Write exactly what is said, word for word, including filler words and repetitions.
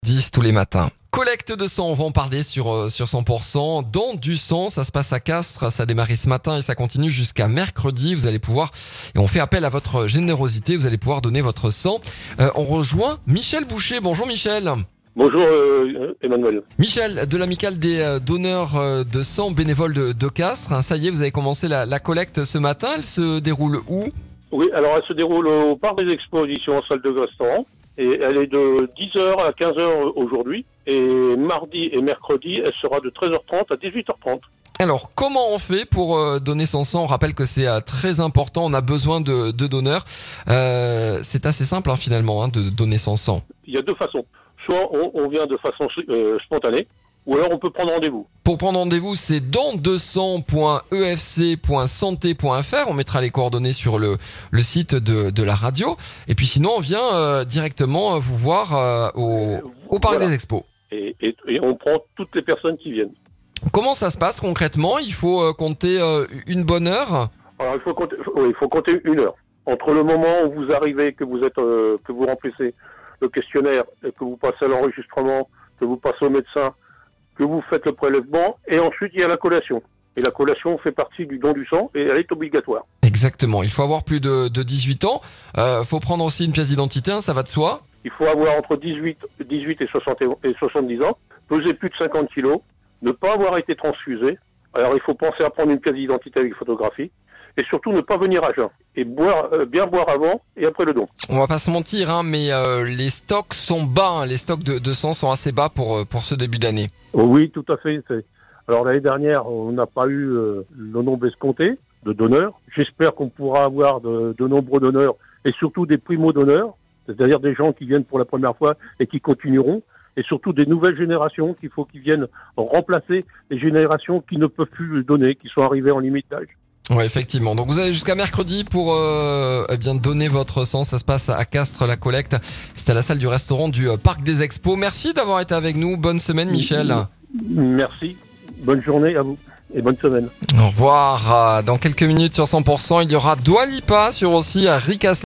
dix tous les matins. Collecte de sang, on va en parler sur, euh, sur cent pour cent. Don du sang, ça se passe à Castres, ça a démarré ce matin et ça continue jusqu'à mercredi. Vous allez pouvoir, et on fait appel à votre générosité, vous allez pouvoir donner votre sang. Euh, on rejoint Michel Boucher. Bonjour Michel. Bonjour euh, Emmanuel. Michel, de l'amicale des euh, donneurs euh, de sang bénévoles de, de Castres. Hein, ça y est, vous avez commencé la, la collecte ce matin. Elle se déroule où ? Oui, alors elle se déroule au Parc des Expositions en salle de restaurant. Et elle est de dix heures à quinze heures aujourd'hui. Et mardi et mercredi, elle sera de treize heures trente à dix-huit heures trente. Alors, comment on fait pour euh, donner son sang ? On rappelle que c'est euh, très important, on a besoin de, de donneurs. Euh, c'est assez simple hein, finalement hein, de donner son sang. Il y a deux façons. Soit on, on vient de façon euh, spontanée, ou alors on peut prendre rendez-vous. Pour prendre rendez-vous, c'est don deux cents point e f c point santé point f r. On mettra les coordonnées sur le, le site de, de la radio. Et puis sinon, on vient euh, directement vous voir euh, au, au Parc Voilà. des Expos. Et, et, et on prend toutes les personnes qui viennent. Comment ça se passe concrètement ? Il faut euh, compter euh, une bonne heure ? Alors il faut compter, oui, il faut compter une heure. Entre le moment où vous arrivez, que vous êtes, euh, que vous remplissez le questionnaire, et que vous passez à l'enregistrement, que vous passez au médecin, que vous faites le prélèvement, et ensuite il y a la collation. Et la collation fait partie du don du sang et elle est obligatoire. Exactement, il faut avoir plus de, de dix-huit ans. Euh, faut prendre aussi une pièce d'identité, hein, ça va de soi. Il faut avoir entre dix-huit, dix-huit et, soixante et soixante-dix ans, peser plus de cinquante kilos, ne pas avoir été transfusé. Alors il faut penser à prendre une pièce d'identité avec photographie. Et surtout ne pas venir à jeun. Et boire, euh, bien boire avant et après le don. On va pas se mentir, hein, mais euh, les stocks sont bas. Hein, les stocks de, de sang sont assez bas pour, euh, pour ce début d'année. Oui, tout à fait. C'est... Alors l'année dernière, on n'a pas eu euh, le nombre escompté de donneurs. J'espère qu'on pourra avoir de, de nombreux donneurs et surtout des primo-donneurs, c'est-à-dire des gens qui viennent pour la première fois et qui continueront. Et surtout des nouvelles générations qu'il faut qu'ils viennent remplacer les générations qui ne peuvent plus donner, qui sont arrivées en limite d'âge. Ouais, effectivement. Donc vous avez jusqu'à mercredi pour euh, eh bien donner votre sang. Ça se passe à Castres, la collecte. C'est à la salle du restaurant du euh, Parc des Expos. Merci d'avoir été avec nous. Bonne semaine, Michel. Merci. Bonne journée à vous et bonne semaine. Au revoir. Dans quelques minutes sur cent pour cent, il y aura Dua Lipa sur aussi Rick Astley.